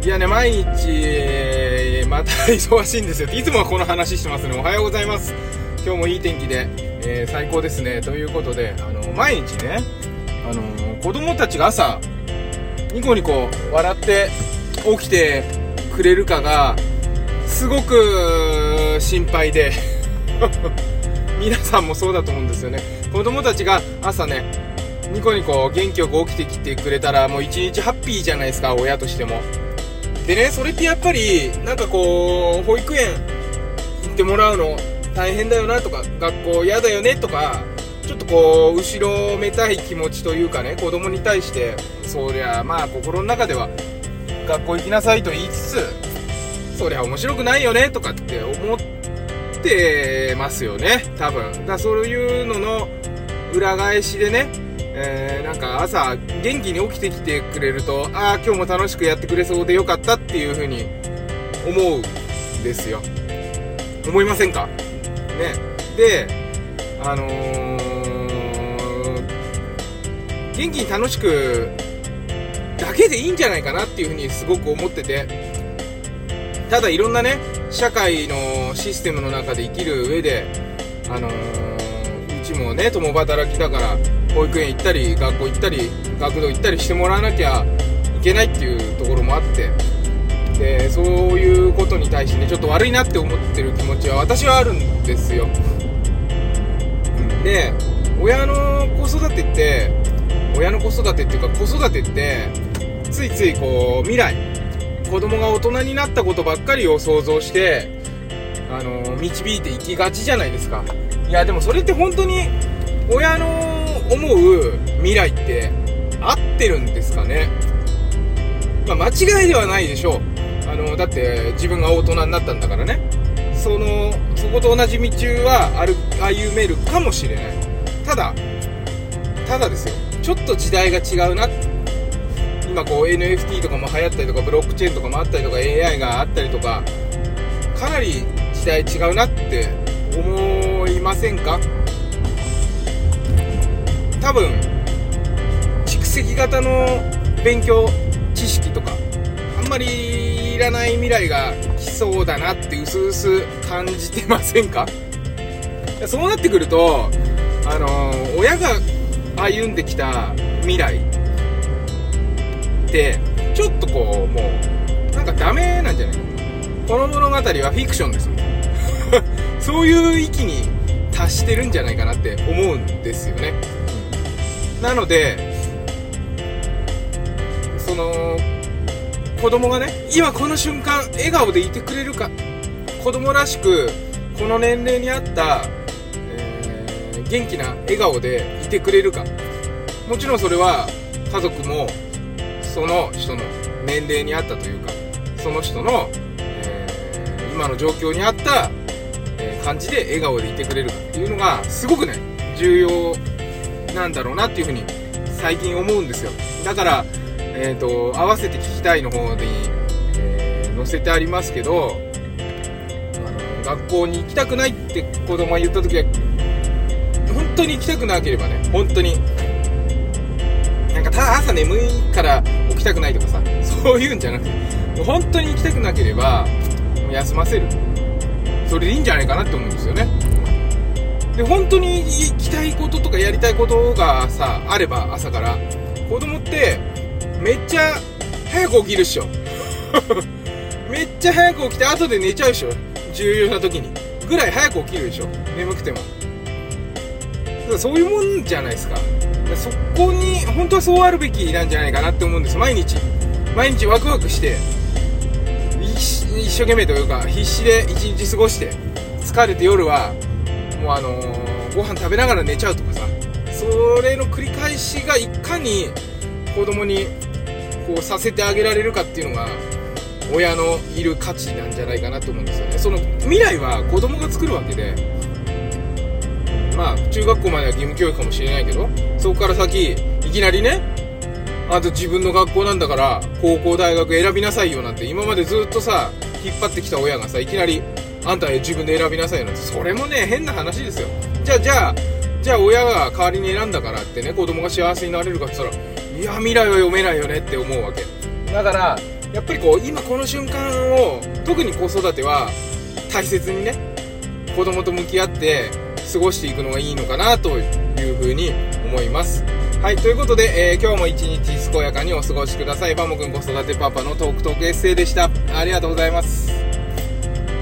いやね、毎日また忙しいんですよ。いつもはこの話してますね。おはようございます。今日もいい天気で、最高ですね。ということで、毎日ね、子供たちが朝ニコニコ笑って起きてくれるかがすごく心配で皆さんもそうだと思うんですよね。子供たちが朝ねニコニコ元気よく起きてきてくれたらもう一日ハッピーじゃないですか、親としても。でね、それってやっぱりなんかこう保育園行ってもらうの大変だよなとか、学校嫌だよねとか、ちょっとこう後ろめたい気持ちというかね、子供に対してそりゃまあ心の中では学校行きなさいと言いつつ、そりゃ面白くないよねとかって思ってますよね、多分。だからそういうのの裏返しでね、なんか朝元気に起きてきてくれると、ああ今日も楽しくやってくれそうでよかったっていう風に思うんですよ。思いませんかね。で元気に楽しくだけでいいんじゃないかなっていう風にすごく思ってて、ただいろんなね社会のシステムの中で生きる上でうちもね共働きだから保育園行ったり学校行ったり学童行ったりしてもらわなきゃいけないっていうところもあって、でそういうことに対してねちょっと悪いなって思ってる気持ちは私はあるんですよ。で親の子育てっていうか子育てってついついこう未来子供が大人になったことばっかりを想像して導いていきがちじゃないですか。いやでもそれって本当に親の思う未来って合ってるんですかね。まあ、間違いではないでしょう。だって自分が大人になったんだからね。そこと同じ道は歩めるかもしれない。ただですよ、ちょっと時代が違うな。今こう NFT とかも流行ったりとかブロックチェーンとかもあったりとか AI があったりとか、かなり時代違うなって思いませんか？多分蓄積型の勉強知識とかあんまりいらない未来が来そうだなって薄々感じてませんか？そうなってくると親が歩んできた未来ってちょっとこうもうなんかダメなんじゃない？この物語はフィクションですみたいなそういう域に達してるんじゃないかなって思うんですよね。なのでその子供がね今この瞬間笑顔でいてくれるか、子供らしくこの年齢に合った、元気な笑顔でいてくれるか。もちろんそれは家族もその人の年齢に合ったというか、その人の、今の状況に合った、感じで笑顔でいてくれるかっていうのがすごくね重要なんだろうなっていうふうに最近思うんですよ。だから合わせて聞きたいの方に、載せてありますけど、学校に行きたくないって子供が言った時は本当に行きたくなければね、本当になんかただ朝眠いから起きたくないとかさ、そういうんじゃなくて本当に行きたくなければ休ませる、それでいいんじゃないかなって思うんですよね。で本当に行きたいこととかやりたいことがさあれば、朝から子供ってめっちゃ早く起きるっしょめっちゃ早く起きて後で寝ちゃうっしょ、重要な時にぐらい早く起きるでしょ、眠くても。だからそういうもんじゃないですか。そこに本当はそうあるべきなんじゃないかなって思うんです。毎日ワクワクして一生懸命というか必死で一日過ごして疲れて夜はもうご飯食べながら寝ちゃうとかさ、それの繰り返しがいかに子供にこうさせてあげられるかっていうのが親のいる価値なんじゃないかなと思うんですよね。その未来は子供が作るわけで、まあ中学校までは義務教育かもしれないけど、そこから先いきなりね、あと自分の学校なんだから高校大学選びなさいよなんて今までずっとさ引っ張ってきた親がさ、いきなりあんた自分で選びなさいよなんて、それもね変な話ですよ。じゃあ親が代わりに選んだからってね子供が幸せになれるかって言ったら、いや未来は読めないよねって思うわけだから、 やっぱりこう今この瞬間を、特に子育ては大切にね、子供と向き合って過ごしていくのがいいのかなというふうに思います。はい、ということで、今日も一日健やかにお過ごしください。バモくん子育てパパのトークエッセイでした。ありがとうございます。